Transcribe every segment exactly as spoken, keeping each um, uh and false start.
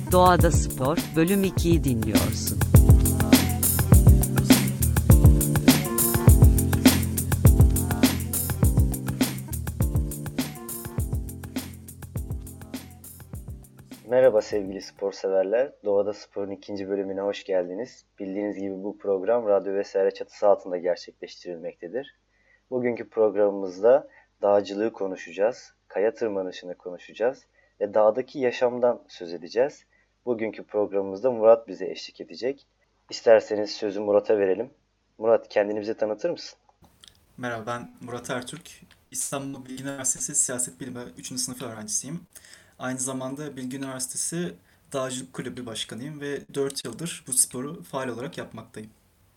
Doğada Spor, Bölüm ikiyi dinliyorsun. Merhaba sevgili spor severler. Doğada Spor'un ikinci bölümüne hoş geldiniz. Bildiğiniz gibi bu program Radyo Vesaire çatısı altında gerçekleştirilmektedir. Bugünkü programımızda dağcılığı konuşacağız, kaya tırmanışını konuşacağız ve dağdaki yaşamdan söz edeceğiz. Bugünkü programımızda Murat bize eşlik edecek. İsterseniz sözü Murat'a verelim. Murat, kendini bize tanıtır mısın? Merhaba, ben Murat Ertürk. İstanbul Bilgi Üniversitesi Siyaset Bilimi üçüncü sınıf öğrencisiyim. Aynı zamanda Bilgi Üniversitesi Dağcılık Kulübü Başkanıyım ve dört yıldır bu sporu faal olarak yapmaktayım.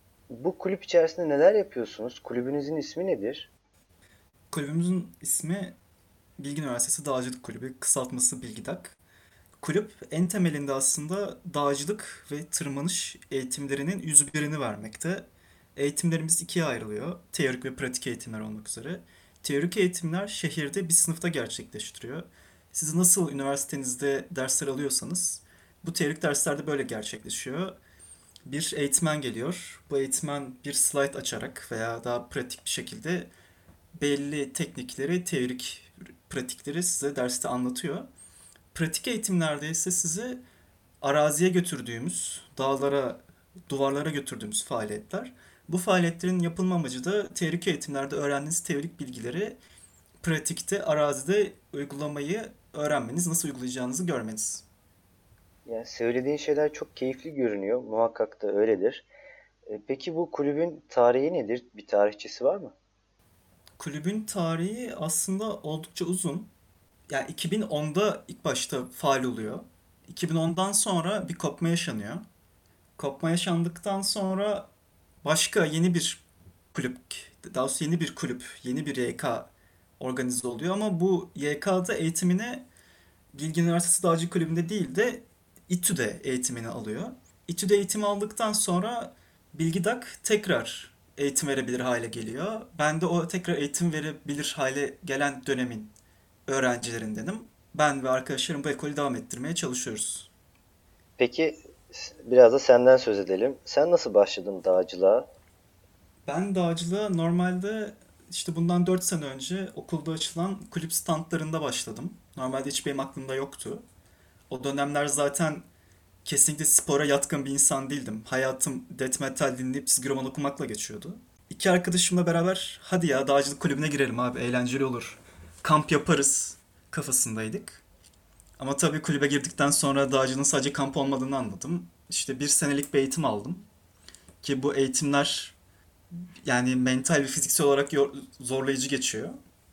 Bu kulüp içerisinde neler yapıyorsunuz? Kulübünüzün ismi nedir? Kulübümüzün ismi Bilgi Üniversitesi Dağcılık Kulübü, kısaltması Bilgidak. Kulüp en temelinde aslında dağcılık ve tırmanış eğitimlerinin yüz birini vermekte. Eğitimlerimiz ikiye ayrılıyor. Teorik ve pratik eğitimler olmak üzere. Teorik eğitimler şehirde bir sınıfta gerçekleştiriyor. Siz nasıl üniversitenizde dersler alıyorsanız bu teorik derslerde böyle gerçekleşiyor. Bir eğitmen geliyor. Bu eğitmen bir slide açarak veya daha pratik bir şekilde belli teknikleri, teorik pratikleri size derste anlatıyor. Pratik eğitimlerde ise sizi araziye götürdüğümüz, dağlara, duvarlara götürdüğümüz faaliyetler. Bu faaliyetlerin yapılma amacı da teorik eğitimlerde öğrendiğiniz teorik bilgileri pratikte, arazide uygulamayı öğrenmeniz, nasıl uygulayacağınızı görmeniz. Yani söylediğin şeyler çok keyifli görünüyor. Muhakkak da öyledir. E, Peki bu kulübün tarihi nedir? Bir tarihçesi var mı? Kulübün tarihi aslında oldukça uzun. Yani iki bin onda ilk başta faal oluyor. iki bin ondan sonra bir kopma yaşanıyor. Kopma yaşandıktan sonra başka yeni bir kulüp, daha doğrusu yeni bir kulüp, yeni bir Y K organize oluyor ama bu Y K'da eğitimini Bilgi Üniversitesi Dağcı Kulübü'nde değil de İTÜ'de eğitimini alıyor. İTÜ'de eğitim aldıktan sonra Bilgidak tekrar eğitim verebilir hale geliyor. Ben de o tekrar eğitim verebilir hale gelen dönemin öğrencilerindenim. Ben ve arkadaşlarım bu ekolü devam ettirmeye çalışıyoruz. Peki s- biraz da senden söz edelim. Sen nasıl başladın dağcılığa? Ben dağcılığa normalde işte bundan dört sene önce okulda açılan kulüp standlarında başladım. Normalde hiç benim aklımda yoktu. O dönemler zaten kesinlikle spora yatkın bir insan değildim. Hayatım death metal dinleyip çizgi roman okumakla geçiyordu. İki arkadaşımla beraber hadi ya dağcılık kulübüne girelim abi eğlenceli olur. Kamp yaparız kafasındaydık. Ama tabii kulübe girdikten sonra dağcılığın sadece kamp olmadığını anladım. İşte bir senelik bir eğitim aldım. Ki bu eğitimler yani mental ve fiziksel olarak yor- zorlayıcı geçiyor.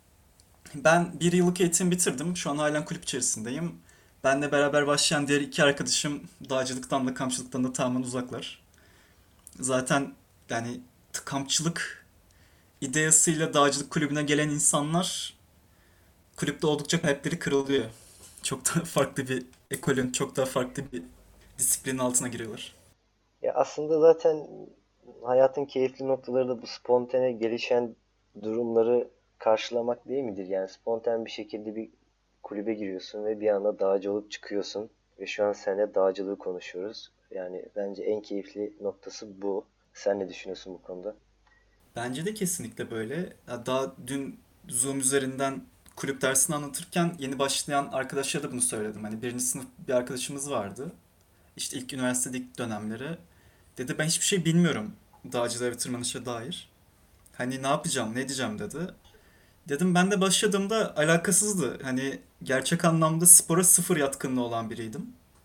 Ben bir yıllık eğitim bitirdim. Şu an halen kulüp içerisindeyim. Benle beraber başlayan diğer iki arkadaşım dağcılıktan da kampçılıktan da tamamen uzaklar. Zaten yani kampçılık ideasıyla dağcılık kulübüne gelen insanlar kulüpte oldukça kalpleri kırılıyor. Çok daha farklı bir ekolün, çok daha farklı bir disiplinin altına giriyorlar. Ya aslında zaten hayatın keyifli noktaları da bu spontane gelişen durumları karşılamak değil midir? Yani spontan bir şekilde bir kulübe giriyorsun ve bir anda dağcı olup çıkıyorsun. Ve şu an seninle dağcılığı konuşuyoruz. Yani bence en keyifli noktası bu. Sen ne düşünüyorsun bu konuda? Bence de kesinlikle böyle. Ya daha dün Zoom üzerinden kulüp dersini anlatırken yeni başlayan arkadaşlara da bunu söyledim. Hani birinci sınıf bir arkadaşımız vardı. İşte ilk üniversitede ilk dönemleri. Dedi ben hiçbir şey bilmiyorum dağcılığa ve tırmanışa dair. Hani ne yapacağım, ne edeceğim dedi. Dedim ben de başladığımda alakasızdı. Hani gerçek anlamda spora sıfır yatkınlığı olan biriydim.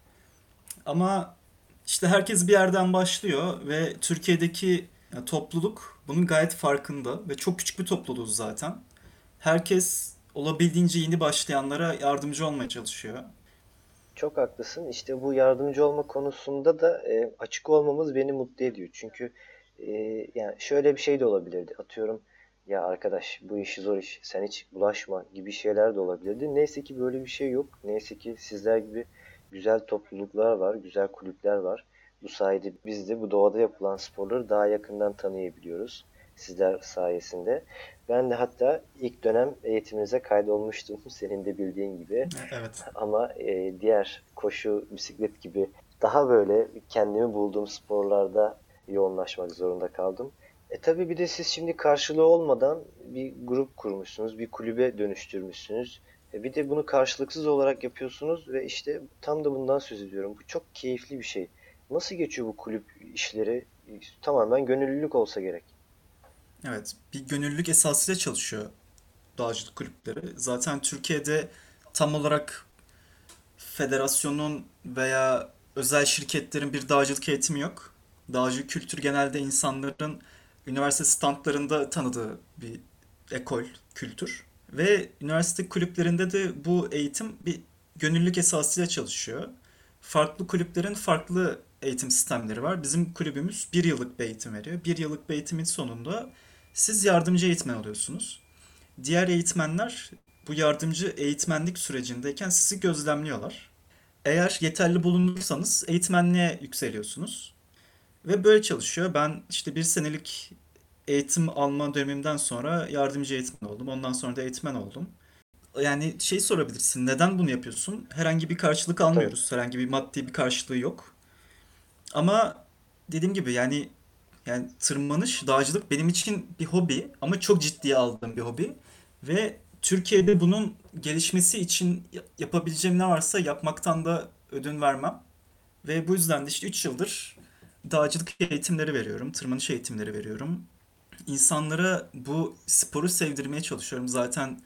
Ama işte herkes bir yerden başlıyor ve Türkiye'deki yani topluluk bunun gayet farkında ve çok küçük bir topluluğuz zaten. Herkes olabildiğince yeni başlayanlara yardımcı olmaya çalışıyor. Çok haklısın. İşte bu yardımcı olma konusunda da e, açık olmamız beni mutlu ediyor. Çünkü e, yani şöyle bir şey de olabilirdi. Atıyorum ya arkadaş bu işi zor iş. Sen hiç bulaşma gibi şeyler de olabilirdi. Neyse ki böyle bir şey yok. Neyse ki sizler gibi güzel topluluklar var, güzel kulüpler var. Bu sayede biz de bu doğada yapılan sporları daha yakından tanıyabiliyoruz. sizler sayesinde. Ben de hatta ilk dönem eğitiminize kaydolmuştum senin de bildiğin gibi. Evet. Ama e, diğer koşu, bisiklet gibi daha böyle kendimi bulduğum sporlarda yoğunlaşmak zorunda kaldım. E tabii bir de siz şimdi karşılığı olmadan bir grup kurmuşsunuz, bir kulübe dönüştürmüşsünüz. E bir de bunu karşılıksız olarak yapıyorsunuz ve işte tam da bundan söz ediyorum. Bu çok keyifli bir şey. Nasıl geçiyor bu kulüp işleri? Tamamen gönüllülük olsa gerek. Evet. Bir gönüllülük esasıyla çalışıyor dağcılık kulüpleri. Zaten Türkiye'de tam olarak federasyonun veya özel şirketlerin bir dağcılık eğitimi yok. Dağcılık kültürü genelde insanların üniversite standlarında tanıdığı bir ekol, kültür. Ve üniversite kulüplerinde de bu eğitim bir gönüllülük esasıyla çalışıyor. Farklı kulüplerin farklı eğitim sistemleri var. Bizim kulübümüz bir yıllık bir eğitim veriyor. Bir yıllık bir eğitimin sonunda siz yardımcı eğitmen oluyorsunuz. Diğer eğitmenler bu yardımcı eğitmenlik sürecindeyken sizi gözlemliyorlar. Eğer yeterli bulunursanız eğitmenliğe yükseliyorsunuz. Ve böyle çalışıyor. Ben işte bir senelik eğitim alma dönemimden sonra yardımcı eğitmen oldum. Ondan sonra da eğitmen oldum. Yani şey sorabilirsin, neden bunu yapıyorsun? Herhangi bir karşılık Tabii. almıyoruz. Herhangi bir maddi bir karşılığı yok. Ama dediğim gibi yani yani tırmanış, dağcılık benim için bir hobi ama çok ciddiye aldığım bir hobi. Ve Türkiye'de bunun gelişmesi için yapabileceğim ne varsa yapmaktan da ödün vermem. Ve bu yüzden de işte üç yıldır dağcılık eğitimleri veriyorum, tırmanış eğitimleri veriyorum. İnsanlara bu sporu sevdirmeye çalışıyorum. Zaten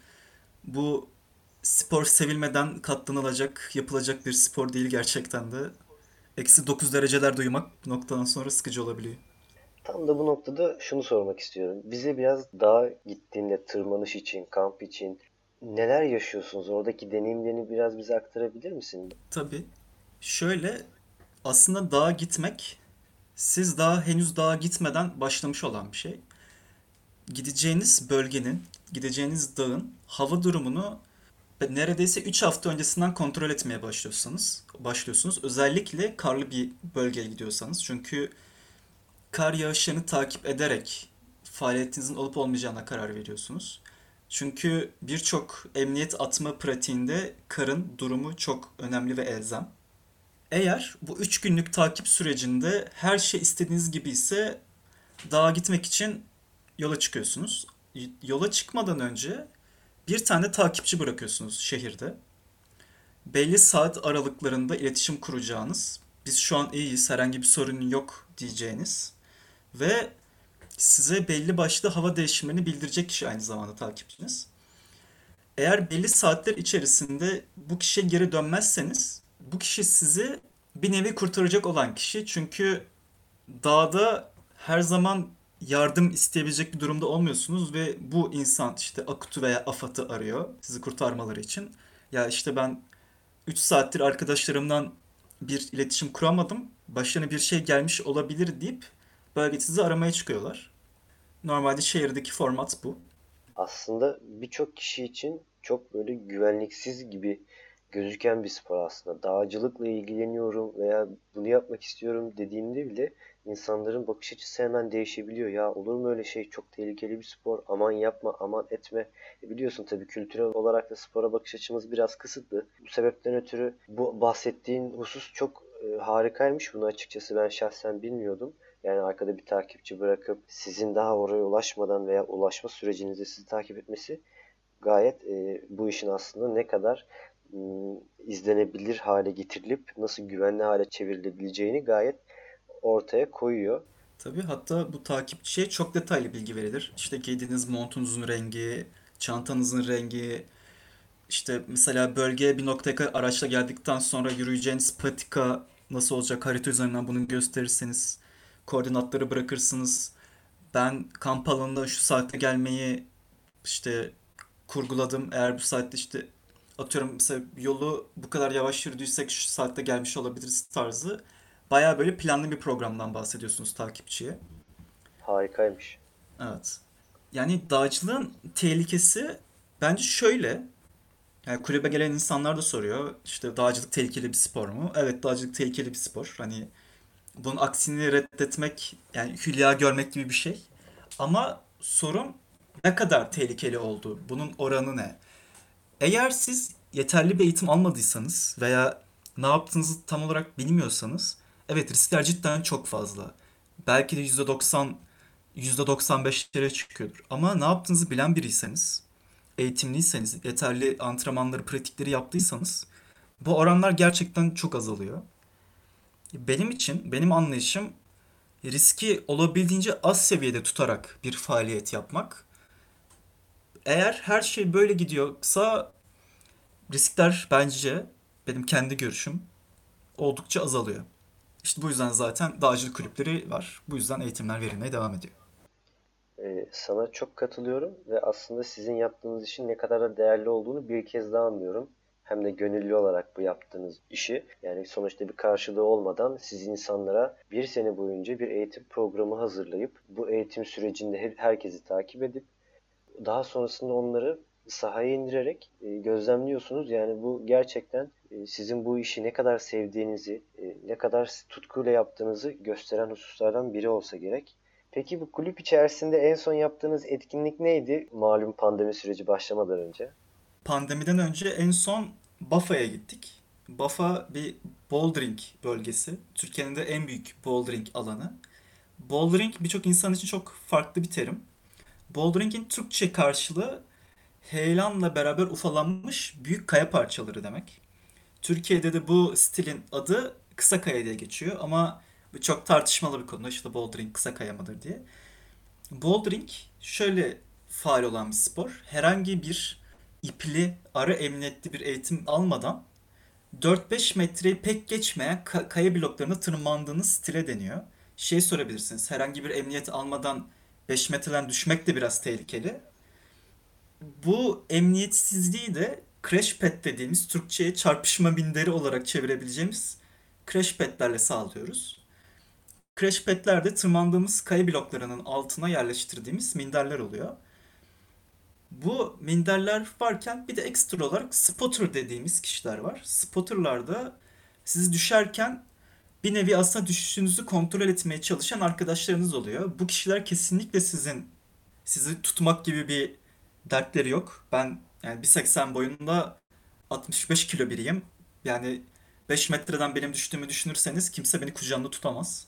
bu spor sevilmeden katlanılacak, yapılacak bir spor değil gerçekten de. Eksi dokuz dereceler duymak bu noktadan sonra sıkıcı olabiliyor. Tam da bu noktada şunu sormak istiyorum. Bize biraz dağa gittiğinde tırmanış için, kamp için neler yaşıyorsunuz? Oradaki deneyimlerini biraz bize aktarabilir misin? Tabii. Şöyle, aslında dağa gitmek, siz daha henüz dağa gitmeden başlamış olan bir şey. Gideceğiniz bölgenin, gideceğiniz dağın hava durumunu neredeyse üç hafta öncesinden kontrol etmeye başlıyorsanız, başlıyorsunuz. Özellikle karlı bir bölgeye gidiyorsanız. Çünkü kar yağışlarını takip ederek faaliyetinizin olup olmayacağına karar veriyorsunuz. Çünkü birçok emniyet atma pratiğinde karın durumu çok önemli ve elzem. Eğer bu üç günlük takip sürecinde her şey istediğiniz gibi ise dağa gitmek için yola çıkıyorsunuz. Yola çıkmadan önce bir tane takipçi bırakıyorsunuz şehirde. Belli saat aralıklarında iletişim kuracağınız, biz şu an iyiyiz, herhangi bir sorun yok diyeceğiniz ve size belli başlı hava değişimlerini bildirecek kişi aynı zamanda takipçiniz. Eğer belli saatler içerisinde bu kişiye geri dönmezseniz bu kişi sizi bir nevi kurtaracak olan kişi. Çünkü dağda her zaman yardım isteyebilecek bir durumda olmuyorsunuz ve bu insan işte AKUT'u veya AFAD'ı arıyor sizi kurtarmaları için. Ya işte ben üç saattir arkadaşlarımdan bir iletişim kuramadım. Başlarına bir şey gelmiş olabilir deyip böyle sizi aramaya çıkıyorlar. Normalde şehirdeki format bu. Aslında birçok kişi için çok böyle güvenliksiz gibi gözüken bir spor aslında. Dağcılıkla ilgileniyorum veya bunu yapmak istiyorum dediğimde bile insanların bakış açısı hemen değişebiliyor. Ya olur mu öyle şey? Çok tehlikeli bir spor. Aman yapma, aman etme. E biliyorsun tabii kültürel olarak da spora bakış açımız biraz kısıtlı. Bu sebepten ötürü bu bahsettiğin husus çok e, harikaymış. Bunu açıkçası ben şahsen bilmiyordum. Yani arkada bir takipçi bırakıp sizin daha oraya ulaşmadan veya ulaşma sürecinizde sizi takip etmesi gayet e, bu işin aslında ne kadar m, izlenebilir hale getirilip nasıl güvenli hale çevrilebileceğini gayet ortaya koyuyor. Tabii hatta bu takipçiye çok detaylı bilgi verilir. İşte giydiğiniz montunuzun rengi, çantanızın rengi, işte mesela bölgeye bir noktaya kadar araçla geldikten sonra yürüyeceğiniz patika nasıl olacak harita üzerinden bunu gösterirseniz koordinatları bırakırsınız. Ben kamp alanında şu saatte gelmeyi işte kurguladım. Eğer bu saatte işte atıyorum mesela yolu bu kadar yavaş yürüdüysek şu saatte gelmiş olabiliriz tarzı. Bayağı böyle planlı bir programdan bahsediyorsunuz takipçiye. Harikaymış. Evet. Yani dağcılığın tehlikesi bence şöyle. Yani kulübe gelen insanlar da soruyor. İşte dağcılık tehlikeli bir spor mu? Evet, dağcılık tehlikeli bir spor. Hani bunun aksini reddetmek yani hülya görmek gibi bir şey. Ama sorun ne kadar tehlikeli oldu? Bunun oranı ne? Eğer siz yeterli bir eğitim almadıysanız veya ne yaptığınızı tam olarak bilmiyorsanız, evet riskler cidden çok fazla. Belki de yüzde doksan, yüzde doksan beşlere çıkıyordur. Ama ne yaptığınızı bilen biriyseniz, eğitimliyseniz, yeterli antrenmanları, pratikleri yaptıysanız bu oranlar gerçekten çok azalıyor. Benim için, benim anlayışım riski olabildiğince az seviyede tutarak bir faaliyet yapmak. Eğer her şey böyle gidiyorsa riskler bence benim kendi görüşüm oldukça azalıyor. İşte bu yüzden zaten dağcılık kulüpleri var. Bu yüzden eğitimler verilmeye devam ediyor. Ee, sana çok katılıyorum ve aslında sizin yaptığınız işin ne kadar da değerli olduğunu bir kez daha anlıyorum. Hem de gönüllü olarak bu yaptığınız işi. Yani sonuçta bir karşılığı olmadan siz insanlara bir sene boyunca bir eğitim programı hazırlayıp bu eğitim sürecinde her- herkesi takip edip daha sonrasında onları sahaya indirerek e, gözlemliyorsunuz. Yani bu gerçekten e, sizin bu işi ne kadar sevdiğinizi, e, ne kadar tutkuyla yaptığınızı gösteren hususlardan biri olsa gerek. Peki bu kulüp içerisinde en son yaptığınız etkinlik neydi? Malum pandemi süreci başlamadan önce. Pandemiden önce en son Bafa'ya gittik. Bafa bir bouldering bölgesi. Türkiye'nin de en büyük bouldering alanı. Bouldering birçok insan için çok farklı bir terim. Bouldering'in Türkçe karşılığı heyelanla beraber ufalanmış büyük kaya parçaları demek. Türkiye'de de bu stilin adı kısa kaya diye geçiyor ama bu çok tartışmalı bir konu. İşte bouldering kısa kaya mıdır diye. Bouldering şöyle faal olan bir spor. Herhangi bir ipli, ara emniyetli bir eğitim almadan dört beş metreyi pek geçmeyen ka- kaya bloklarına tırmandığınız stile deniyor. Şey sorabilirsiniz. Herhangi bir emniyet almadan beş metreden düşmek de biraz tehlikeli. Bu emniyetsizliği de crash pad dediğimiz Türkçe'ye çarpışma minderi olarak çevirebileceğimiz crash pad'lerle sağlıyoruz. Crash pad'ler de tırmandığımız kaya bloklarının altına yerleştirdiğimiz minderler oluyor. Bu minderler varken bir de ekstra olarak spotter dediğimiz kişiler var. Spotterlar da siz düşerken bir nevi aslında düşüşünüzü kontrol etmeye çalışan arkadaşlarınız oluyor. Bu kişiler kesinlikle sizin sizi tutmak gibi bir dertleri yok. Ben yani bir seksen boyunda altmış beş kilo biriyim. Yani beş metreden benim düştüğümü düşünürseniz kimse beni kucağında tutamaz.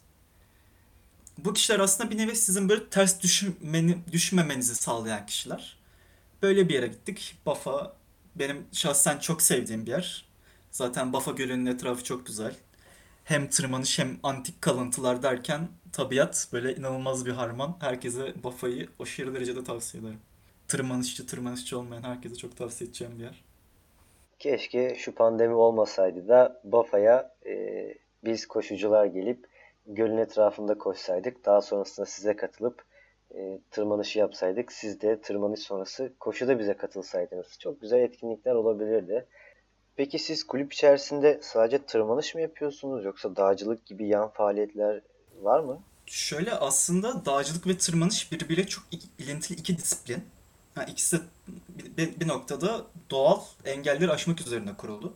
Bu kişiler aslında bir nevi sizin böyle ters düşmeni, düşmemenizi sağlayan kişiler. Böyle bir yere gittik. Bafa benim şahsen çok sevdiğim bir yer. Zaten Bafa Gölü'nün etrafı çok güzel. Hem tırmanış hem antik kalıntılar derken tabiat böyle inanılmaz bir harman. Herkese Bafa'yı aşırı derecede tavsiye ederim. Tırmanışçı, tırmanışçı olmayan herkese çok tavsiye edeceğim bir yer. Keşke şu pandemi olmasaydı da Bafa'ya e, biz koşucular gelip gölün etrafında koşsaydık. Daha sonrasında size katılıp e, tırmanışı yapsaydık. Siz de tırmanış sonrası koşuda bize katılsaydınız. Çok güzel etkinlikler olabilirdi. Peki siz kulüp içerisinde sadece tırmanış mı yapıyorsunuz yoksa dağcılık gibi yan faaliyetler var mı? Şöyle aslında dağcılık ve tırmanış birbiriyle çok ilintili iki disiplin. Ha, ikisi de bir, bir noktada doğal engelleri aşmak üzerine kuruldu.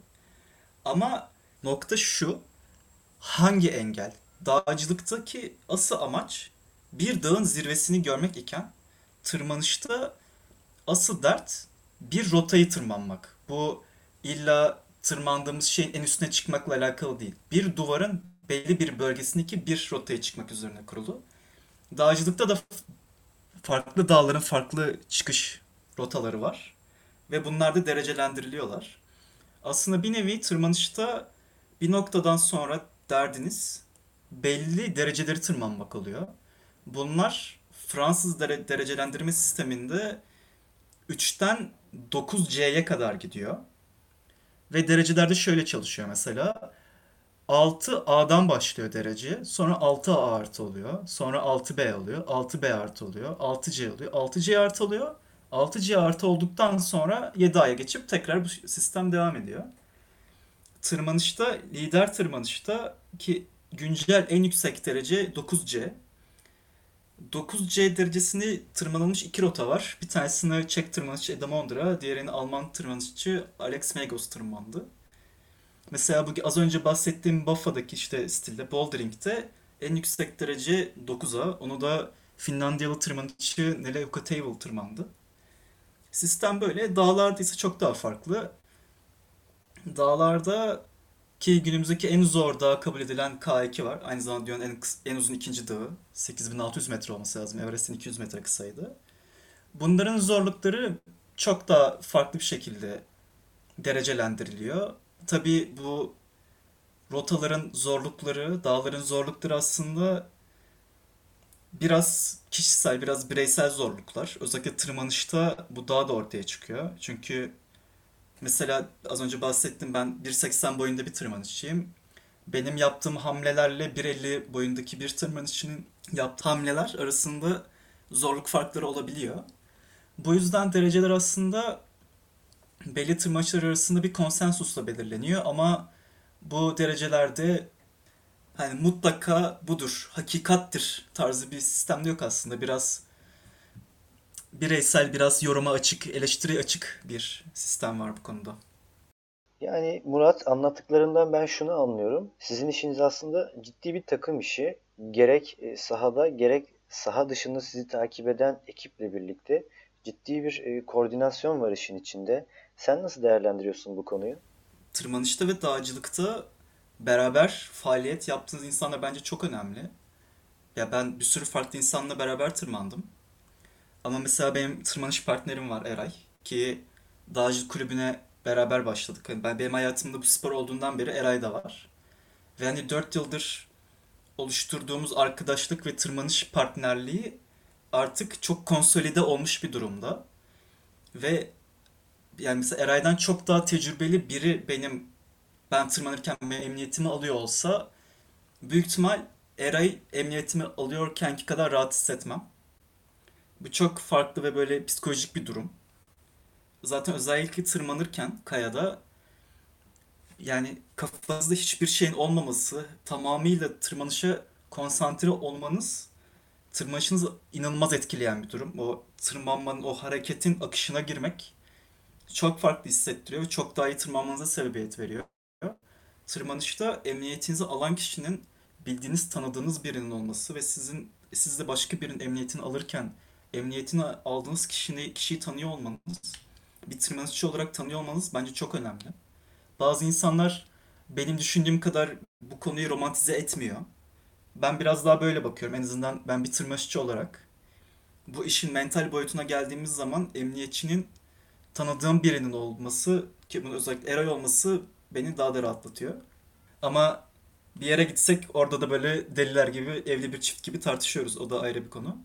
Ama nokta şu, hangi engel? Dağcılıktaki asıl amaç bir dağın zirvesini görmek iken tırmanışta asıl dert bir rotayı tırmanmak. Bu illa tırmandığımız şeyin en üstüne çıkmakla alakalı değil. Bir duvarın belli bir bölgesindeki bir rotaya çıkmak üzerine kurulu. Dağcılıkta da farklı dağların farklı çıkış rotaları var. Ve bunlar da derecelendiriliyorlar. Aslında bir nevi tırmanışta bir noktadan sonra derdiniz belli dereceleri tırmanmak oluyor. Bunlar Fransız dere- derecelendirme sisteminde üçten dokuz C'ye kadar gidiyor. Ve derecelerde şöyle çalışıyor mesela. altı A'dan başlıyor derece. Sonra altı A artı oluyor. Sonra altı B oluyor. altı B artı oluyor. altı C oluyor. altı C artı oluyor. altı C artı olduktan sonra yedi A'ya geçip tekrar bu sistem devam ediyor. Tırmanışta, lider tırmanışta ki güncel en yüksek derece dokuz C. dokuz C derecesini tırmanılmış iki rota var. Bir tanesini Çek tırmanışçı Adam Ondra, diğerini Alman tırmanışçı Alex Megos tırmandı. Mesela bu az önce bahsettiğim Bafa'daki işte stilde Bouldering'de en yüksek derece dokuz A. Onu da Finlandiyalı tırmanıcı Nele Ukatable tırmandı. Sistem böyle. Dağlarda ise çok daha farklı. Dağlarda ki günümüzdeki en zor dağ kabul edilen K iki var. Aynı zamanda dünyanın en, kıs- en uzun ikinci dağı. sekiz bin altı yüz metre olması lazım. Everest'in iki yüz metre kısaydı. Bunların zorlukları çok daha farklı bir şekilde derecelendiriliyor. Tabii bu rotaların zorlukları, dağların zorlukları aslında biraz kişisel, biraz bireysel zorluklar. Özellikle tırmanışta bu daha da ortaya çıkıyor. Çünkü mesela az önce bahsettim, ben bir seksen boyunda bir tırmanışçıyım. Benim yaptığım hamlelerle bir elli boyundaki bir tırmanışçının yaptığı hamleler arasında zorluk farkları olabiliyor. Bu yüzden dereceler aslında belli tırmanışlar arasında bir konsensusla belirleniyor ama bu derecelerde hani mutlaka budur, hakikattir tarzı bir sistemde yok aslında. Biraz bireysel, biraz yoruma açık, eleştiri açık bir sistem var bu konuda. Yani Murat, anlattıklarından ben şunu anlıyorum. Sizin işiniz aslında ciddi bir takım işi. Gerek e, sahada gerek saha dışında sizi takip eden ekiple birlikte ciddi bir e, koordinasyon var işin içinde. Sen nasıl değerlendiriyorsun bu konuyu? Tırmanışta ve dağcılıkta beraber faaliyet yaptığınız insanlar bence çok önemli. Ya ben bir sürü farklı insanla beraber tırmandım. Ama mesela benim tırmanış partnerim var, Eray. Ki dağcılık kulübüne beraber başladık. Hani ben, benim hayatımda bu spor olduğundan beri Eray da var. Ve hani dört yıldır oluşturduğumuz arkadaşlık ve tırmanış partnerliği artık çok konsolide olmuş bir durumda. Ve yani mesela Eray'dan çok daha tecrübeli biri benim ben tırmanırken benim emniyetimi alıyor olsa büyük ihtimal Eray emniyetimi alıyorkenki kadar rahat hissetmem. Bu çok farklı ve böyle psikolojik bir durum. Zaten özellikle tırmanırken kayada yani kafanızda hiçbir şeyin olmaması, tamamıyla tırmanışa konsantre olmanız tırmanışınızı inanılmaz etkileyen bir durum. O tırmanmanın, o hareketin akışına girmek çok farklı hissettiriyor ve çok daha iyi tırmanmanıza sebebiyet veriyor. Tırmanışta emniyetinizi alan kişinin bildiğiniz, tanıdığınız birinin olması ve sizin siz de başka birinin emniyetini alırken emniyetini aldığınız kişiyi, kişiyi tanıyor olmanız, bir tırmanışçı olarak tanıyor olmanız bence çok önemli. Bazı insanlar benim düşündüğüm kadar bu konuyu romantize etmiyor. Ben biraz daha böyle bakıyorum. En azından ben bir tırmanışçı olarak. Bu işin mental boyutuna geldiğimiz zaman emniyetçinin tanıdığım birinin olması, ki bunun özellikle Eray olması beni daha da rahatlatıyor. Ama bir yere gitsek orada da böyle deliler gibi, evli bir çift gibi tartışıyoruz. O da ayrı bir konu.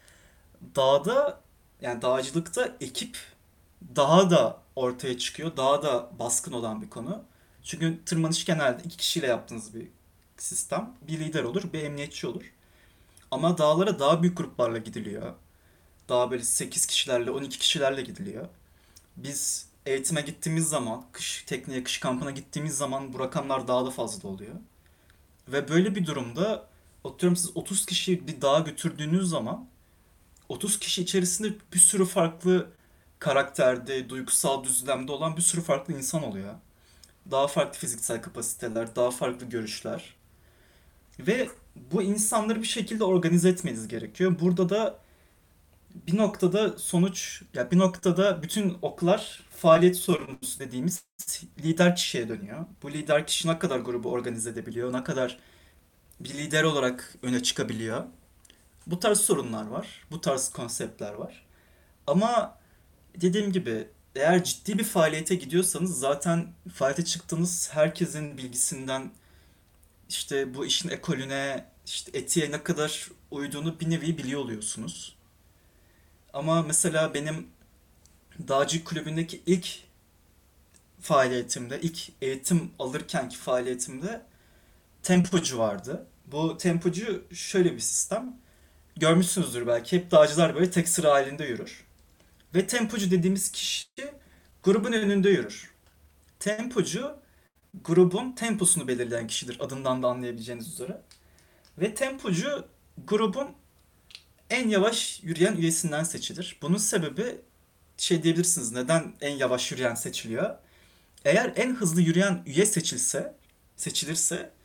Dağda, yani dağcılıkta ekip daha da ortaya çıkıyor. Daha da baskın olan bir konu. Çünkü tırmanış genelde iki kişiyle yaptığınız bir sistem. Bir lider olur, bir emniyetçi olur. Ama dağlara daha büyük gruplarla gidiliyor. Daha böyle sekiz kişilerle, on iki kişilerle gidiliyor. Biz eğitime gittiğimiz zaman, kış tekneye, kış kampına gittiğimiz zaman bu rakamlar daha da fazla oluyor. Ve böyle bir durumda atıyorum siz otuz kişiyi bir dağa götürdüğünüz zaman otuz kişi içerisinde bir sürü farklı karakterde, duygusal düzlemde olan bir sürü farklı insan oluyor. Daha farklı fiziksel kapasiteler, daha farklı görüşler. Ve bu insanları bir şekilde organize etmeniz gerekiyor. Burada da bir noktada sonuç, ya bir noktada bütün oklar faaliyet sorumlusu dediğimiz lider kişiye dönüyor. Bu lider kişi ne kadar grubu organize edebiliyor, ne kadar bir lider olarak öne çıkabiliyor. Bu tarz sorunlar var, bu tarz konseptler var. Ama dediğim gibi eğer ciddi bir faaliyete gidiyorsanız zaten faaliyete çıktığınız herkesin bilgisinden işte bu işin ekolüne, işte etiğe ne kadar uyduğunu bir nevi biliyor oluyorsunuz. Ama mesela benim dağcı kulübündeki ilk faaliyetimde, ilk eğitim alırkenki faaliyetimde tempocu vardı. Bu tempocu şöyle bir sistem. Görmüşsünüzdür belki. Hep dağcılar böyle tek sıra halinde yürür. Ve tempocu dediğimiz kişi grubun önünde yürür. Tempocu grubun temposunu belirleyen kişidir. Adından da anlayabileceğiniz üzere. Ve tempocu grubun en yavaş yürüyen üyesinden seçilir. Bunun sebebi şey diyebilirsiniz. Neden en yavaş yürüyen seçiliyor? Eğer en hızlı yürüyen üye seçilse, seçilirse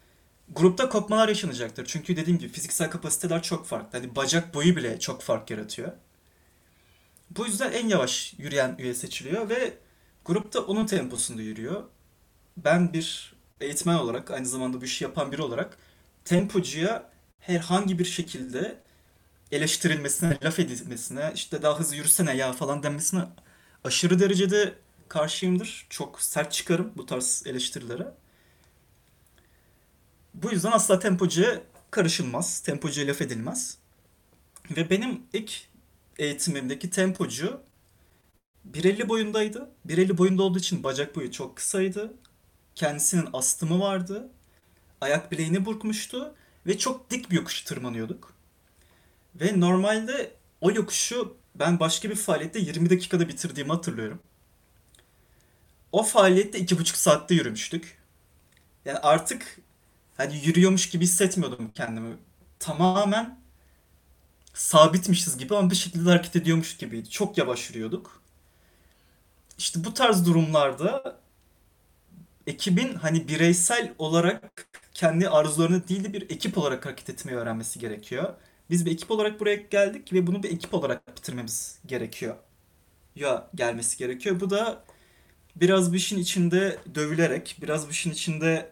grupta kopmalar yaşanacaktır. Çünkü dediğim gibi fiziksel kapasiteler çok farklı. Hani bacak boyu bile çok fark yaratıyor. Bu yüzden en yavaş yürüyen üye seçiliyor ve grupta onun temposunda yürüyor. Ben bir eğitmen olarak, aynı zamanda bu işi yapan biri olarak tempocuya herhangi bir şekilde eleştirilmesine, laf edilmesine, işte daha hızlı yürüsene ya falan denmesine aşırı derecede karşıyımdır. Çok sert çıkarım bu tarz eleştirilere. Bu yüzden asla tempocuya karışılmaz, tempocuya laf edilmez. Ve benim ilk eğitimimdeki tempocu bir elli boyundaydı. bir elli boyunda olduğu için bacak boyu çok kısaydı. Kendisinin astımı vardı. Ayak bileğini burkmuştu ve çok dik bir yokuş tırmanıyorduk. Ve normalde o yokuşu ben başka bir faaliyette yirmi dakikada bitirdiğimi hatırlıyorum. O faaliyette iki buçuk saatte yürümüştük. Yani artık hani yürüyormuş gibi hissetmiyordum kendimi. Tamamen sabitmişiz gibi ama bir şekilde hareket ediyormuş gibiydi. Çok yavaş yürüyorduk. İşte bu tarz durumlarda ekibin hani bireysel olarak kendi arzularını değil de bir ekip olarak hareket etmeyi öğrenmesi gerekiyor. Biz bir ekip olarak buraya geldik ve bunu bir ekip olarak bitirmemiz gerekiyor. Ya gelmesi gerekiyor. Bu da biraz bir işin içinde dövülerek, biraz bir işin içinde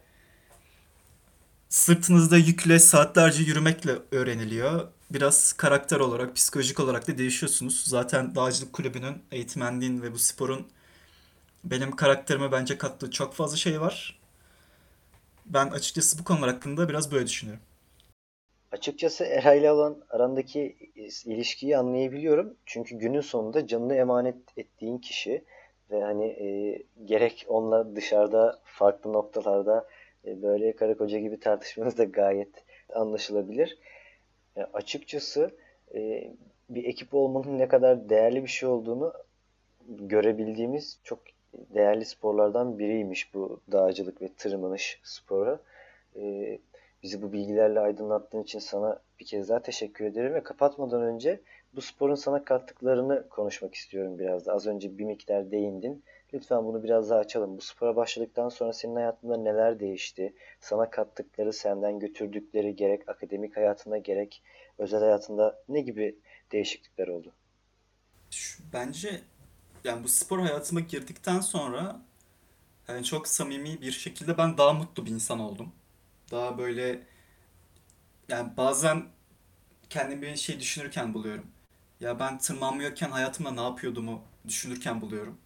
sırtınızda yükle saatlerce yürümekle öğreniliyor. Biraz karakter olarak, psikolojik olarak da değişiyorsunuz. Zaten dağcılık kulübünün, eğitmenliğin ve bu sporun benim karakterime bence kattığı çok fazla şey var. Ben açıkçası bu konular hakkında biraz böyle düşünüyorum. Açıkçası Eray'la olan arandaki ilişkiyi anlayabiliyorum. Çünkü günün sonunda canını emanet ettiğin kişi ve hani e, gerek onunla dışarıda farklı noktalarda e, böyle karı koca gibi tartışmanız da gayet anlaşılabilir. E, açıkçası e, bir ekip olmanın ne kadar değerli bir şey olduğunu görebildiğimiz çok değerli sporlardan biriymiş bu dağcılık ve tırmanış sporu. Ee, Bizi bu bilgilerle aydınlattığın için sana bir kez daha teşekkür ederim ve kapatmadan önce bu sporun sana kattıklarını konuşmak istiyorum biraz da. Az önce bir miktar değindin. Lütfen bunu biraz daha açalım. Bu spora başladıktan sonra senin hayatında neler değişti? Sana kattıkları, senden götürdükleri gerek akademik hayatında gerek özel hayatında ne gibi değişiklikler oldu? Şu- Bence yani bu spor hayatıma girdikten sonra yani çok samimi bir şekilde ben daha mutlu bir insan oldum. Daha böyle yani bazen kendimi bir şey düşünürken buluyorum. Ya ben tırmanmıyorken hayatımda ne yapıyordumu düşünürken buluyorum.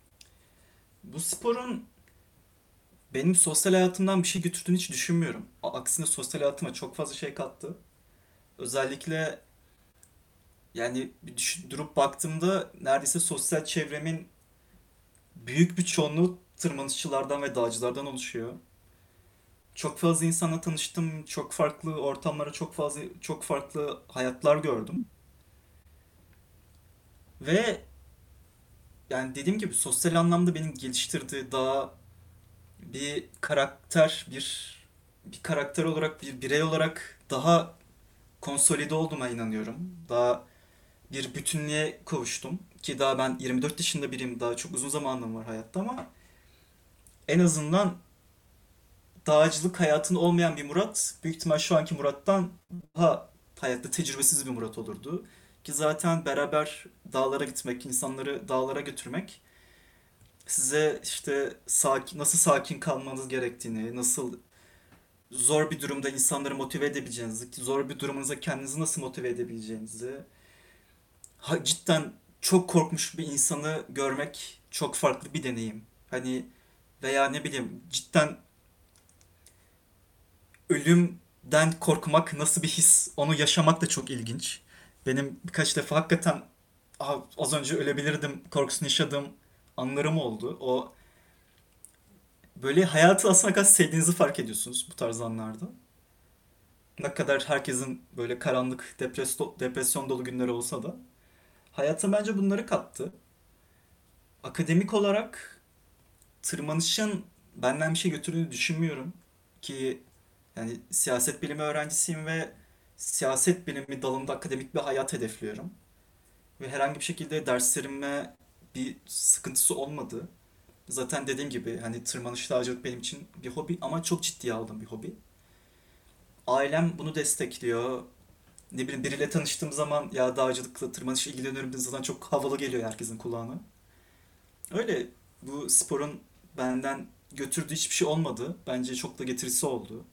Bu sporun benim sosyal hayatımdan bir şey götürdüğünü hiç düşünmüyorum. A- Aksine sosyal hayatıma çok fazla şey kattı. Özellikle yani bir düş- durup baktığımda neredeyse sosyal çevremin büyük bir çoğunluğu tırmanışçılardan ve dağcılardan oluşuyor. Çok fazla insanla tanıştım, çok farklı ortamlara, çok fazla çok farklı hayatlar gördüm. Ve yani dediğim gibi sosyal anlamda benim geliştirdiği daha bir karakter, bir bir karakter olarak, bir birey olarak daha konsolide olduğuma inanıyorum. Daha bir bütünlüğe kavuştum. Ki daha ben yirmi dört yaşında biriyim. Daha çok uzun zamanım var hayatta ama en azından dağcılık hayatında olmayan bir Murat büyük ihtimal şu anki Murat'tan daha hayatta tecrübesiz bir Murat olurdu. Ki zaten beraber dağlara gitmek, insanları dağlara götürmek size işte sakin, nasıl sakin kalmanız gerektiğini, nasıl zor bir durumda insanları motive edebileceğinizi, zor bir durumunuza kendinizi nasıl motive edebileceğinizi, ha, cidden çok korkmuş bir insanı görmek çok farklı bir deneyim. Hani veya ne bileyim cidden ölümden korkmak nasıl bir his onu yaşamak da çok ilginç. Benim birkaç defa hakikaten "Aa, az önce ölebilirdim korkusunu yaşadığım anlarım oldu. O böyle hayatı aslında ne kadar sevdiğinizi fark ediyorsunuz bu tarz anlarda. Ne kadar herkesin böyle karanlık, depresyon, depresyon dolu günleri olsa da. Hayata bence bunları kattı. Akademik olarak tırmanışın benden bir şey götürdüğünü düşünmüyorum. Ki yani siyaset bilimi öğrencisiyim ve siyaset bilimi dalında akademik bir hayat hedefliyorum. Ve herhangi bir şekilde derslerime bir sıkıntısı olmadı. Zaten dediğim gibi hani tırmanış dağcılık benim için bir hobi ama çok ciddiye aldığım bir hobi. Ailem bunu destekliyor. Ne bileyim biriyle tanıştığım zaman ya dağcılıkla tırmanışla ilgileniyorum dediği zaman çok havalı geliyor herkesin kulağına. Öyle bu sporun benden götürdüğü hiçbir şey olmadı. Bence çok da getirisi oldu.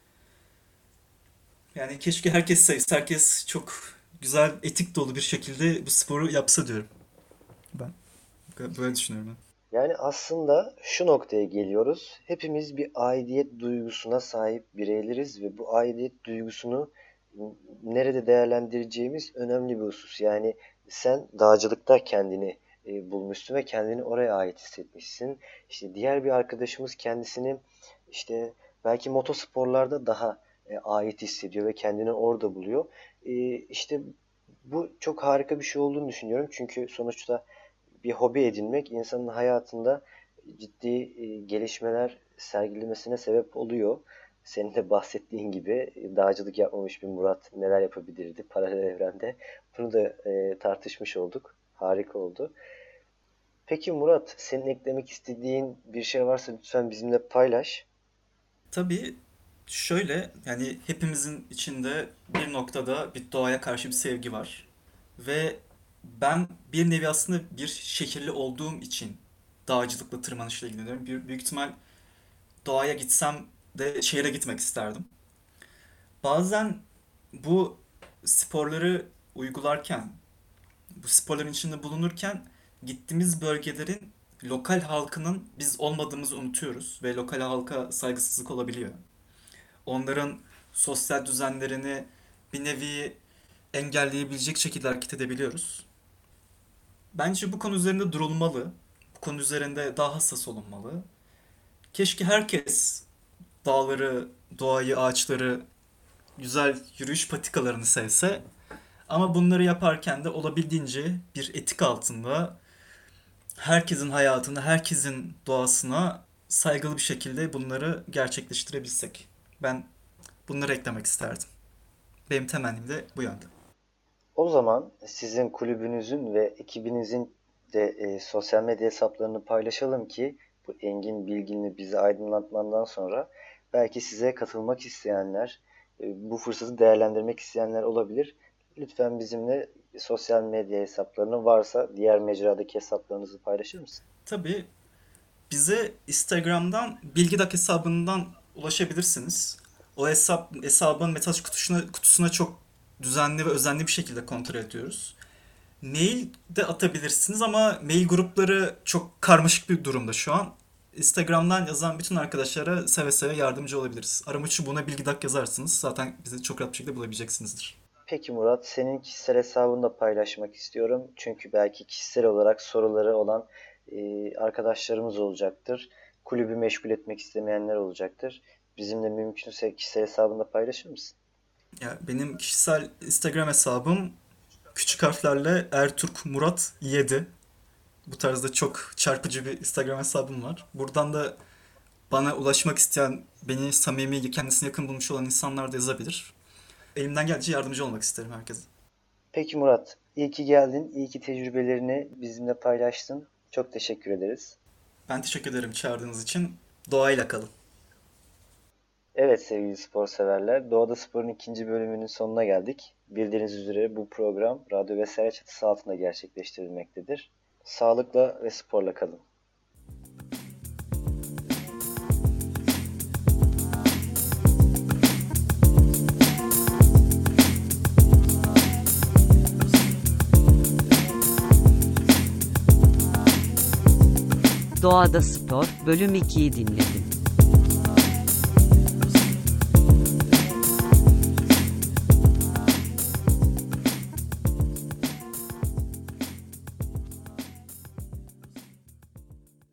Yani keşke herkes sayısı, herkes çok güzel, etik dolu bir şekilde bu sporu yapsa diyorum. Ben böyle düşünüyorum ben. Yani aslında şu noktaya geliyoruz. Hepimiz bir aidiyet duygusuna sahip bireyleriz ve bu aidiyet duygusunu nerede değerlendireceğimiz önemli bir husus. Yani sen dağcılıkta kendini e, bulmuşsun ve kendini oraya ait hissetmişsin. İşte diğer bir arkadaşımız kendisini işte belki motosporlarda daha e, ait hissediyor ve kendini orada buluyor. E, işte bu çok harika bir şey olduğunu düşünüyorum. Çünkü sonuçta bir hobi edinmek insanın hayatında ciddi e, gelişmeler sergilemesine sebep oluyor. Senin de bahsettiğin gibi e, dağcılık yapmamış bir Murat neler yapabilirdi paralel evrende. Bunu da e, tartışmış olduk. Harika oldu. Peki Murat, senin eklemek istediğin bir şey varsa lütfen bizimle paylaş. Tabii şöyle yani hepimizin içinde bir noktada bir doğaya karşı bir sevgi var. Ve ben bir nevi aslında bir şehirli olduğum için dağcılıkla tırmanışla ilgileniyorum. Büyük, büyük ihtimal doğaya gitsem de şehre gitmek isterdim. Bazen bu sporları uygularken, bu sporların içinde bulunurken gittiğimiz bölgelerin lokal halkının biz olmadığımızı unutuyoruz ve lokal halka saygısızlık olabiliyor. Onların sosyal düzenlerini bir nevi engelleyebilecek şekilde hareket edebiliyoruz. Bence bu konu üzerinde durulmalı. Bu konu üzerinde daha hassas olunmalı. Keşke herkes dağları, doğayı, ağaçları, güzel yürüyüş patikalarını sevse. Ama bunları yaparken de olabildiğince bir etik altında herkesin hayatına, herkesin doğasına saygılı bir şekilde bunları gerçekleştirebilsek. Ben bunları eklemek isterdim. Benim temennim de bu yönde. O zaman sizin kulübünüzün ve ekibinizin de e, sosyal medya hesaplarını paylaşalım ki bu engin bilgini bizi aydınlatmandan sonra belki size katılmak isteyenler, e, bu fırsatı değerlendirmek isteyenler olabilir. Lütfen bizimle sosyal medya hesaplarının varsa diğer mecradaki hesaplarınızı paylaşır mısın? Tabii bize Instagram'dan Bilgidak hesabından ulaşabilirsiniz. O hesap hesabın mesaj kutusuna, kutusuna çok düzenli ve özenli bir şekilde kontrol ediyoruz. Mail de atabilirsiniz ama mail grupları çok karmaşık bir durumda şu an. Instagram'dan yazan bütün arkadaşlara seve seve yardımcı olabiliriz. Arama çubuğuna Bilgidak yazarsınız. Zaten bizi çok rahat bir şekilde bulabileceksinizdir. Peki Murat, senin kişisel hesabını da paylaşmak istiyorum. Çünkü belki kişisel olarak soruları olan e, arkadaşlarımız olacaktır. Kulübü meşgul etmek istemeyenler olacaktır. Bizimle mümkünse kişisel hesabını da paylaşır mısın? Ya benim kişisel Instagram hesabım küçük harflerle Ertürk Murat yedi. Bu tarzda çok çarpıcı bir Instagram hesabım var. Buradan da bana ulaşmak isteyen, beni samimi, kendisine yakın bulmuş olan insanlar da yazabilir. Elimden geldiğince yardımcı olmak isterim herkese. Peki Murat, iyi ki geldin, iyi ki tecrübelerini bizimle paylaştın. Çok teşekkür ederiz. Ben teşekkür ederim çağırdığınız için. Doğayla kalın. Evet sevgili spor severler, Doğada Spor'un ikinci bölümünün sonuna geldik. Bildiğiniz üzere bu program Radyo Vesaya çatısı altında gerçekleştirilmektedir. Sağlıkla ve sporla kalın. Doğada Spor, Bölüm ikiyi dinlediniz.